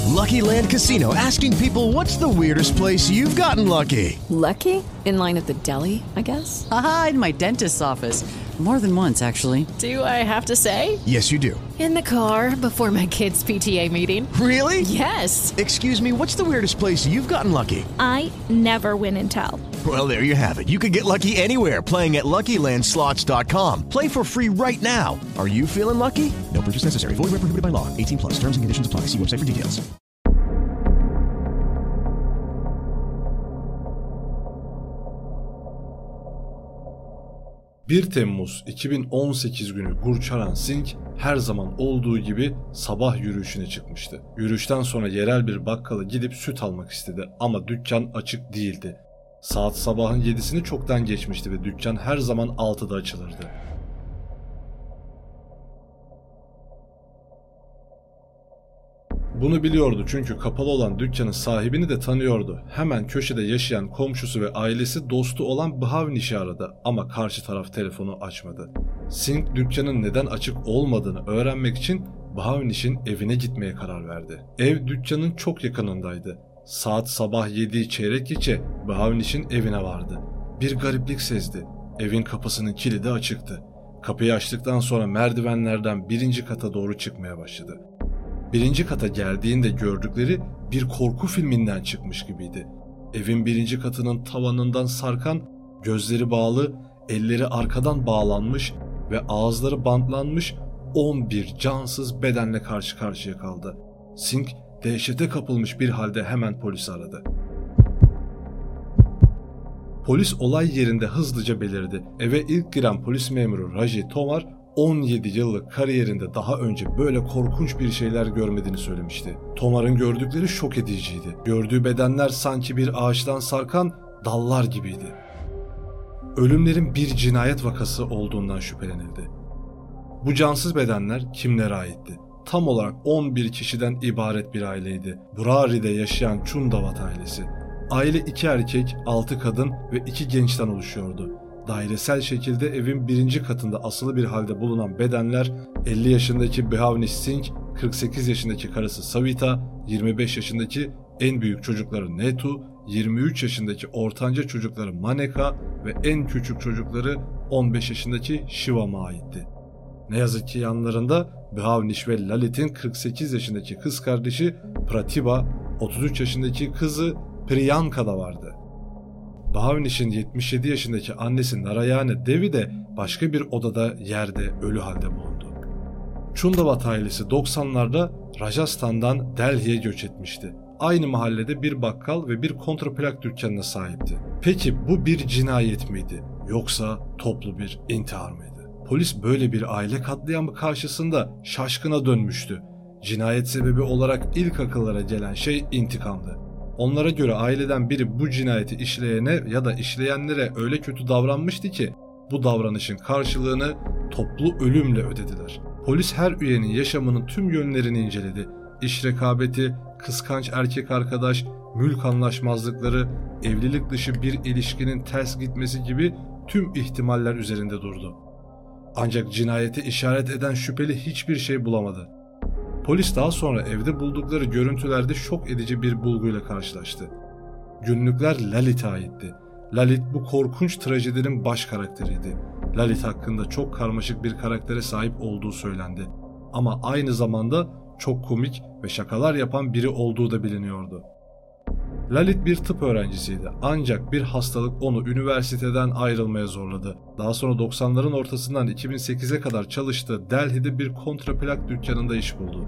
Lucky Land Casino, asking people, what's the weirdest place you've gotten lucky? Lucky? In line at the deli, I guess? Aha, in my dentist's office. More than once, actually. Do I have to say? Yes, you do. In the car before my kids' PTA meeting. Really? Yes. Excuse me, what's the weirdest place you've gotten lucky? I never win and tell. Well, there you have it. You can get lucky anywhere, playing at LuckyLandSlots.com. Play for free right now. Are you feeling lucky? No purchase necessary. Void where prohibited by law. 18 plus. Terms and conditions apply. See website for details. ...1 Temmuz 2018 günü Gurcharan Singh her zaman olduğu gibi sabah yürüyüşüne çıkmıştı. Yürüyüşten sonra yerel bir bakkala gidip süt almak istedi ama dükkan açık değildi. Saat sabahın 7'sini çoktan geçmişti ve dükkan her zaman 6'da açılırdı. Bunu biliyordu çünkü kapalı olan dükkanın sahibini de tanıyordu. Hemen köşede yaşayan komşusu ve ailesi dostu olan Bhavnish'i aradı ama karşı taraf telefonu açmadı. Singh dükkanın neden açık olmadığını öğrenmek için Bhavnish'in evine gitmeye karar verdi. Ev dükkanın çok yakınındaydı. Saat sabah 7'yi çeyrek geçe Bhavnish'in evine vardı. Bir gariplik sezdi. Evin kapısının kilidi açıktı. Kapıyı açtıktan sonra merdivenlerden 1. kata doğru çıkmaya başladı. 1. kata geldiğinde gördükleri bir korku filminden çıkmış gibiydi. Evin 1. katının tavanından sarkan, gözleri bağlı, elleri arkadan bağlanmış ve ağızları bantlanmış 11 cansız bedenle karşı karşıya kaldı. Singh dehşete kapılmış bir halde hemen polisi aradı. Polis olay yerinde hızlıca belirdi. Eve ilk giren polis memuru Raji Tomar, 17 yıllık kariyerinde daha önce böyle korkunç bir şeyler görmediğini söylemişti. Tomar'ın gördükleri şok ediciydi. Gördüğü bedenler sanki bir ağaçtan sarkan dallar gibiydi. Ölümlerin bir cinayet vakası olduğundan şüphelenildi. Bu cansız bedenler kimlere aitti? Tam olarak 11 kişiden ibaret bir aileydi. Burari'de yaşayan Chundavat ailesi. Aile 2 erkek, 6 kadın ve 2 gençten oluşuyordu. Dairesel şekilde evin 1. katında asılı bir halde bulunan bedenler 50 yaşındaki Bhavnish Singh, 48 yaşındaki karısı Savita, 25 yaşındaki en büyük çocukları Netu, 23 yaşındaki ortanca çocukları Maneka ve en küçük çocukları 15 yaşındaki Shivam'a aitti. Ne yazık ki yanlarında Bhavnish ve Lalit'in 48 yaşındaki kız kardeşi Pratibha, 33 yaşındaki kızı Priyanka da vardı. Bhavnish'in 77 yaşındaki annesi Narayane Devi de başka bir odada yerde ölü halde bulundu. Chundavat ailesi 90'larda Rajasthan'dan Delhi'ye göç etmişti. Aynı mahallede bir bakkal ve bir kontraplak dükkanına sahipti. Peki bu bir cinayet miydi yoksa toplu bir intihar mıydı? Polis böyle bir aile katliamı karşısında şaşkına dönmüştü. Cinayet sebebi olarak ilk akıllara gelen şey intikamdı. Onlara göre aileden biri bu cinayeti işleyene ya da işleyenlere öyle kötü davranmıştı ki bu davranışın karşılığını toplu ölümle ödediler. Polis her üyenin yaşamının tüm yönlerini inceledi. İş rekabeti, kıskanç erkek arkadaş, mülk anlaşmazlıkları, evlilik dışı bir ilişkinin ters gitmesi gibi tüm ihtimaller üzerinde durdu. Ancak cinayete işaret eden şüpheli hiçbir şey bulamadı. Polis daha sonra evde buldukları görüntülerde şok edici bir bulguyla karşılaştı. Günlükler Lalit'e aitti. Lalit bu korkunç trajedinin baş karakteriydi. Lalit hakkında çok karmaşık bir karaktere sahip olduğu söylendi. Ama aynı zamanda çok komik ve şakalar yapan biri olduğu da biliniyordu. Lalit bir tıp öğrencisiydi ancak bir hastalık onu üniversiteden ayrılmaya zorladı. Daha sonra 90'ların ortasından 2008'e kadar çalıştığı Delhi'de bir kontraplak dükkanında iş buldu.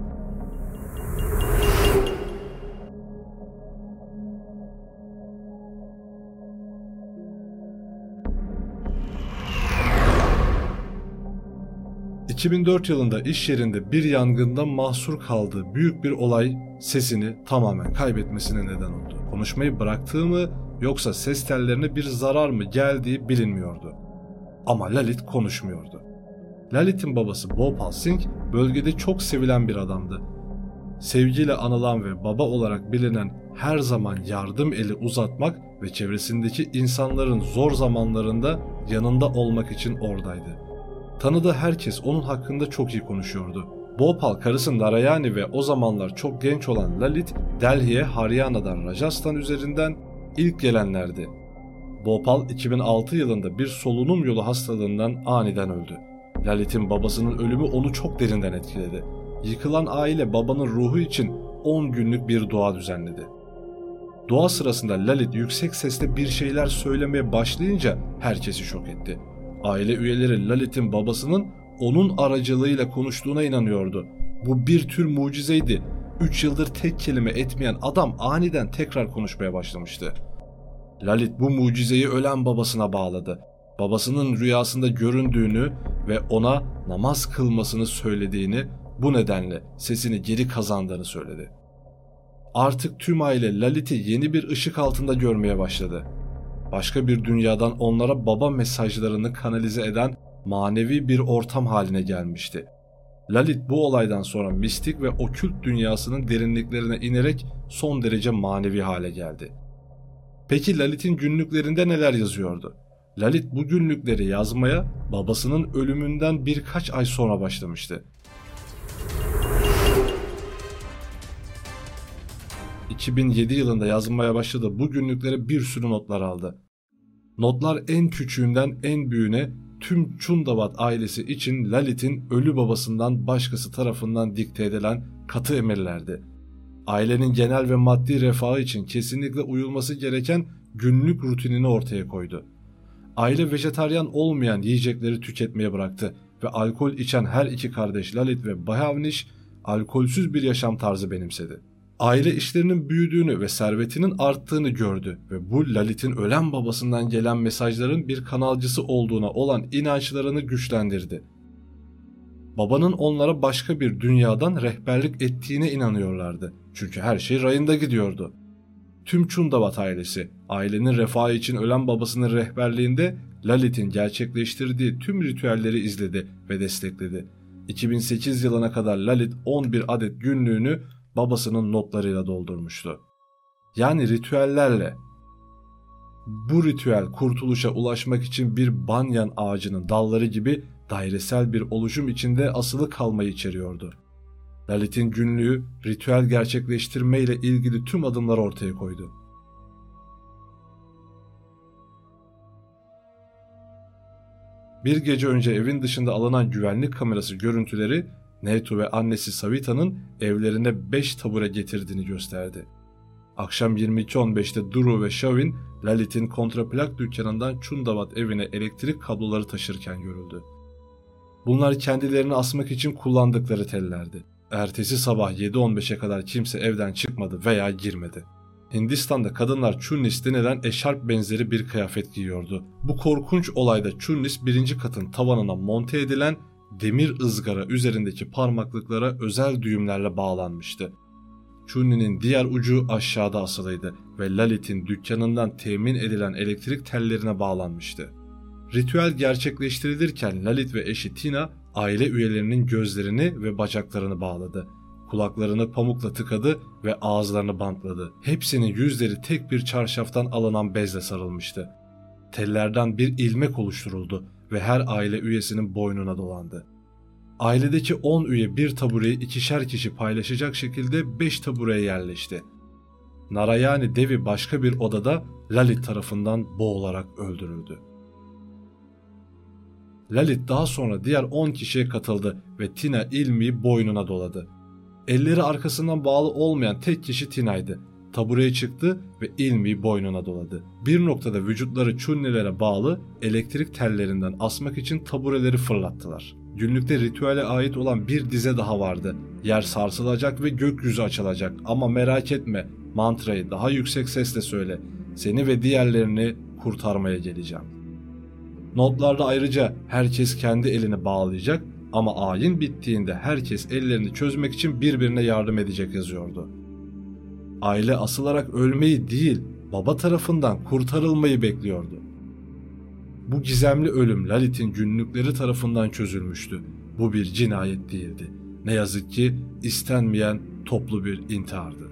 ...2004 yılında iş yerinde bir yangında mahsur kaldığı büyük bir olay sesini tamamen kaybetmesine neden oldu. Konuşmayı bıraktığı mı yoksa ses tellerine bir zarar mı geldiği bilinmiyordu. Ama Lalit konuşmuyordu. Lalit'in babası Bhopal Singh bölgede çok sevilen bir adamdı. Sevgiyle anılan ve baba olarak bilinen her zaman yardım eli uzatmak ve çevresindeki insanların zor zamanlarında yanında olmak için oradaydı. Tanıdığı herkes onun hakkında çok iyi konuşuyordu. Bhopal karısı Narayani ve o zamanlar çok genç olan Lalit, Delhi'ye Haryana'dan Rajasthan üzerinden ilk gelenlerdi. Bhopal 2006 yılında bir solunum yolu hastalığından aniden öldü. Lalit'in babasının ölümü onu çok derinden etkiledi. Yıkılan aile babanın ruhu için 10 günlük bir dua düzenledi. Dua sırasında Lalit yüksek sesle bir şeyler söylemeye başlayınca herkesi şok etti. Aile üyeleri Lalit'in babasının onun aracılığıyla konuştuğuna inanıyordu. Bu bir tür mucizeydi. 3 yıldır tek kelime etmeyen adam aniden tekrar konuşmaya başlamıştı. Lalit bu mucizeyi ölen babasına bağladı. Babasının rüyasında göründüğünü ve ona namaz kılmasını söylediğini, bu nedenle sesini geri kazandığını söyledi. Artık tüm aile Lalit'i yeni bir ışık altında görmeye başladı. Başka bir dünyadan onlara baba mesajlarını kanalize eden manevi bir ortam haline gelmişti. Lalit bu olaydan sonra mistik ve okült dünyasının derinliklerine inerek son derece manevi hale geldi. Peki Lalit'in günlüklerinde neler yazıyordu? Lalit bu günlükleri yazmaya babasının ölümünden birkaç ay sonra başlamıştı. 2007 yılında yazmaya başladığı bu günlüklere bir sürü notlar aldı. Notlar en küçüğünden en büyüğüne tüm Chundavat ailesi için Lalit'in ölü babasından başkası tarafından dikte edilen katı emirlerdi. Ailenin genel ve maddi refahı için kesinlikle uyulması gereken günlük rutinini ortaya koydu. Aile vejetaryen olmayan yiyecekleri tüketmeye bıraktı ve alkol içen her iki kardeş Lalit ve Bhavnish alkolsüz bir yaşam tarzı benimsedi. Aile işlerinin büyüdüğünü ve servetinin arttığını gördü ve bu Lalit'in ölen babasından gelen mesajların bir kanalcısı olduğuna olan inançlarını güçlendirdi. Babanın onlara başka bir dünyadan rehberlik ettiğine inanıyorlardı. Çünkü her şey rayında gidiyordu. Tüm Chundavat ailesi, ailenin refahı için ölen babasının rehberliğinde Lalit'in gerçekleştirdiği tüm ritüelleri izledi ve destekledi. 2008 yılına kadar Lalit 11 adet günlüğünü babasının notlarıyla doldurmuştu. Yani ritüellerle. Bu ritüel kurtuluşa ulaşmak için bir banyan ağacının dalları gibi dairesel bir oluşum içinde asılı kalmayı içeriyordu. Lalit'in günlüğü ritüel gerçekleştirme ile ilgili tüm adımları ortaya koydu. Bir gece önce evin dışında alınan güvenlik kamerası görüntüleri Neetu ve annesi Savita'nın evlerine 5 tabure getirdiğini gösterdi. Akşam 22.15'te Duru ve Shavin, Lalit'in kontraplak dükkanından Chundavat evine elektrik kabloları taşırken görüldü. Bunlar kendilerini asmak için kullandıkları tellerdi. Ertesi sabah 7.15'e kadar kimse evden çıkmadı veya girmedi. Hindistan'da kadınlar chunnis denilen eşarp benzeri bir kıyafet giyiyordu. Bu korkunç olayda chunnis birinci katın tavanına monte edilen demir ızgara üzerindeki parmaklıklara özel düğümlerle bağlanmıştı. Chunninin diğer ucu aşağıda asılıydı ve Lalit'in dükkanından temin edilen elektrik tellerine bağlanmıştı. Ritüel gerçekleştirilirken Lalit ve eşi Tina aile üyelerinin gözlerini ve bacaklarını bağladı. Kulaklarını pamukla tıkadı ve ağızlarını bantladı. Hepsinin yüzleri tek bir çarşaftan alınan bezle sarılmıştı. Tellerden bir ilmek oluşturuldu ve her aile üyesinin boynuna dolandı. Ailedeki 10 üye bir tabureyi ikişer kişi paylaşacak şekilde 5 tabureye yerleşti. Narayani Devi başka bir odada Lalit tarafından boğularak öldürüldü. Lalit daha sonra diğer 10 kişiye katıldı ve Tina ilmiği boynuna doladı. Elleri arkasından bağlı olmayan tek kişi Tina'ydı. Tabureye çıktı ve ilmiği boynuna doladı. Bir noktada vücutları çunnilere bağlı elektrik tellerinden asmak için tabureleri fırlattılar. Günlükte ritüele ait olan bir dize daha vardı. Yer sarsılacak ve gökyüzü açılacak ama merak etme, mantrayı daha yüksek sesle söyle. Seni ve diğerlerini kurtarmaya geleceğim. Notlarda ayrıca herkes kendi elini bağlayacak ama ayin bittiğinde herkes ellerini çözmek için birbirine yardım edecek yazıyordu. Aile asılarak ölmeyi değil, baba tarafından kurtarılmayı bekliyordu. Bu gizemli ölüm Lalit'in günlükleri tarafından çözülmüştü. Bu bir cinayet değildi. Ne yazık ki istenmeyen toplu bir intihardı.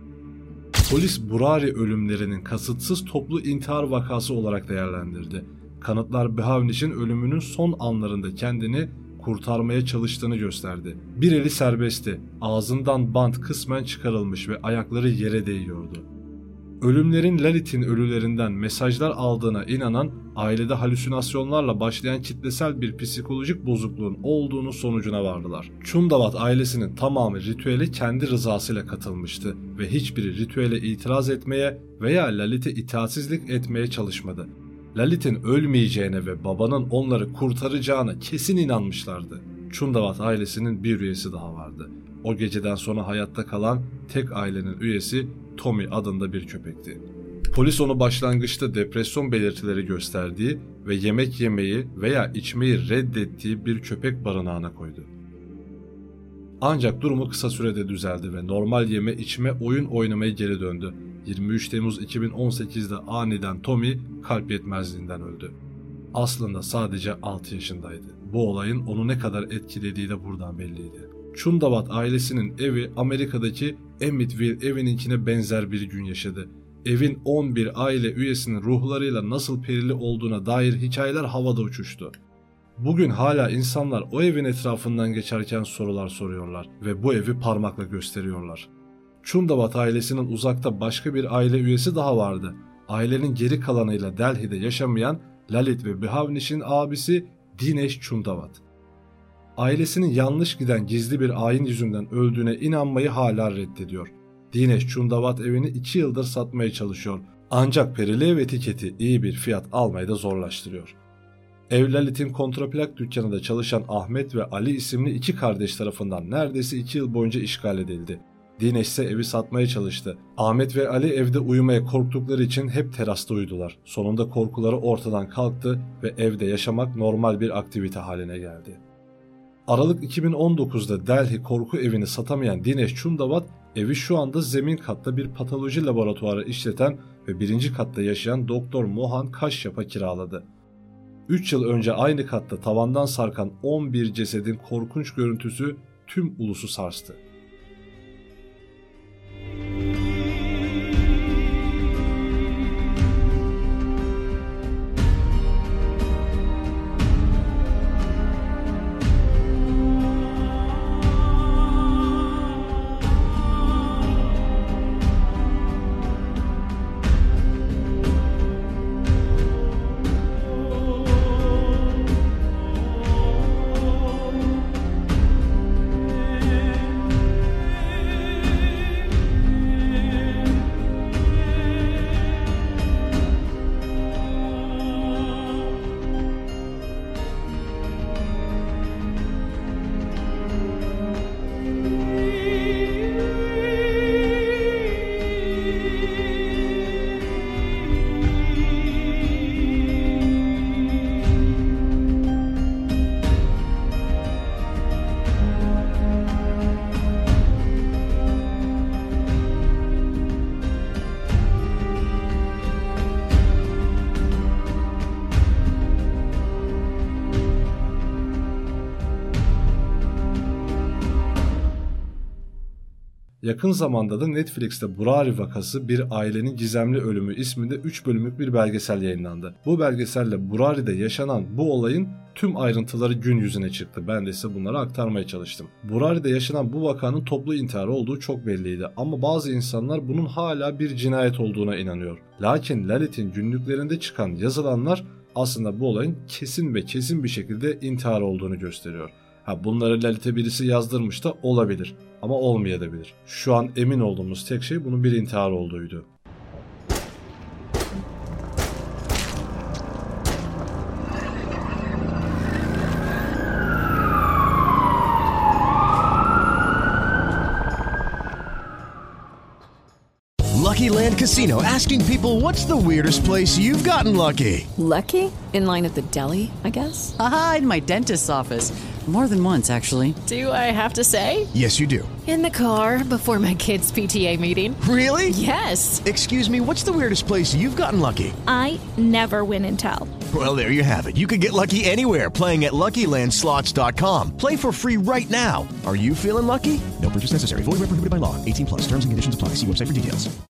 Polis Burari ölümlerinin kasıtsız toplu intihar vakası olarak değerlendirdi. Kanıtlar Behavnish'in ölümünün son anlarında kendini kurtarmaya çalıştığını gösterdi. Bir eli serbestti, ağzından bant kısmen çıkarılmış ve ayakları yere değiyordu. Ölümlerin Lalit'in ölülerinden mesajlar aldığına inanan, ailede halüsinasyonlarla başlayan kitlesel bir psikolojik bozukluğun olduğunu sonucuna vardılar. Chundavat ailesinin tamamı ritüele kendi rızasıyla katılmıştı ve hiçbiri ritüele itiraz etmeye veya Lalit'e itaatsizlik etmeye çalışmadı. Lalit'in ölmeyeceğine ve babanın onları kurtaracağına kesin inanmışlardı. Chundavat ailesinin bir üyesi daha vardı. O geceden sonra hayatta kalan tek ailenin üyesi Tommy adında bir köpekti. Polis onu başlangıçta depresyon belirtileri gösterdiği ve yemek yemeyi veya içmeyi reddettiği bir köpek barınağına koydu. Ancak durumu kısa sürede düzeldi ve normal yeme içme oyun oynamaya geri döndü. 23 Temmuz 2018'de aniden Tommy kalp yetmezliğinden öldü. Aslında sadece 6 yaşındaydı. Bu olayın onu ne kadar etkilediği de buradan belliydi. Chundavat ailesinin evi Amerika'daki Emmitsville evininkine benzer bir gün yaşadı. Evin 11 aile üyesinin ruhlarıyla nasıl perili olduğuna dair hikayeler havada uçuştu. Bugün hala insanlar o evin etrafından geçerken sorular soruyorlar ve bu evi parmakla gösteriyorlar. Chundavat ailesinin uzakta başka bir aile üyesi daha vardı. Ailenin geri kalanıyla Delhi'de yaşamayan Lalit ve Behavnish'in abisi Dinesh Chundavat. Ailesinin yanlış giden gizli bir ayin yüzünden öldüğüne inanmayı hala reddediyor. Dinesh Chundavat evini 2 yıldır satmaya çalışıyor. Ancak perili ev etiketi iyi bir fiyat almayı da zorlaştırıyor. Ev Lalit'in kontraplak dükkanında çalışan Ahmet ve Ali isimli 2 kardeş tarafından neredeyse 2 yıl boyunca işgal edildi. Dinesh ise evi satmaya çalıştı. Ahmet ve Ali evde uyumaya korktukları için hep terasta uyudular. Sonunda korkuları ortadan kalktı ve evde yaşamak normal bir aktivite haline geldi. Aralık 2019'da Delhi korku evini satamayan Dinesh Chundavat evi şu anda zemin katta bir patoloji laboratuvarı işleten ve 1. katta yaşayan Doktor Mohan Kashyap'a kiraladı. 3 yıl önce aynı katta tavandan sarkan 11 cesedin korkunç görüntüsü tüm ulusu sarstı. Yakın zamanda da Netflix'te Burari Vakası Bir Ailenin Gizemli Ölümü isminde 3 bölümlük bir belgesel yayınlandı. Bu belgeselle Burari'de yaşanan bu olayın tüm ayrıntıları gün yüzüne çıktı. Ben de size bunları aktarmaya çalıştım. Burari'de yaşanan bu vakanın toplu intihar olduğu çok belliydi ama bazı insanlar bunun hala bir cinayet olduğuna inanıyor. Lakin Lalit'in günlüklerinde çıkan yazılanlar aslında bu olayın kesin bir şekilde intihar olduğunu gösteriyor. Bunları Lalit'e birisi yazdırmış da olabilir ama olmayabilir. Şu an emin olduğumuz tek şey bunun bir intihar olduğuydu. Lucky Land Casino, asking people, what's the weirdest place you've gotten lucky? Lucky? In line at the deli, I guess? Aha, in my dentist's office. More than once, actually. Do I have to say? Yes, you do. In the car before my kids' PTA meeting. Really? Yes. Excuse me, what's the weirdest place you've gotten lucky? I never win and tell. Well, there you have it. You can get lucky anywhere, playing at LuckyLandSlots.com. Play for free right now. Are you feeling lucky? No purchase necessary. Void where prohibited by law. 18+. Terms and conditions apply. See website for details.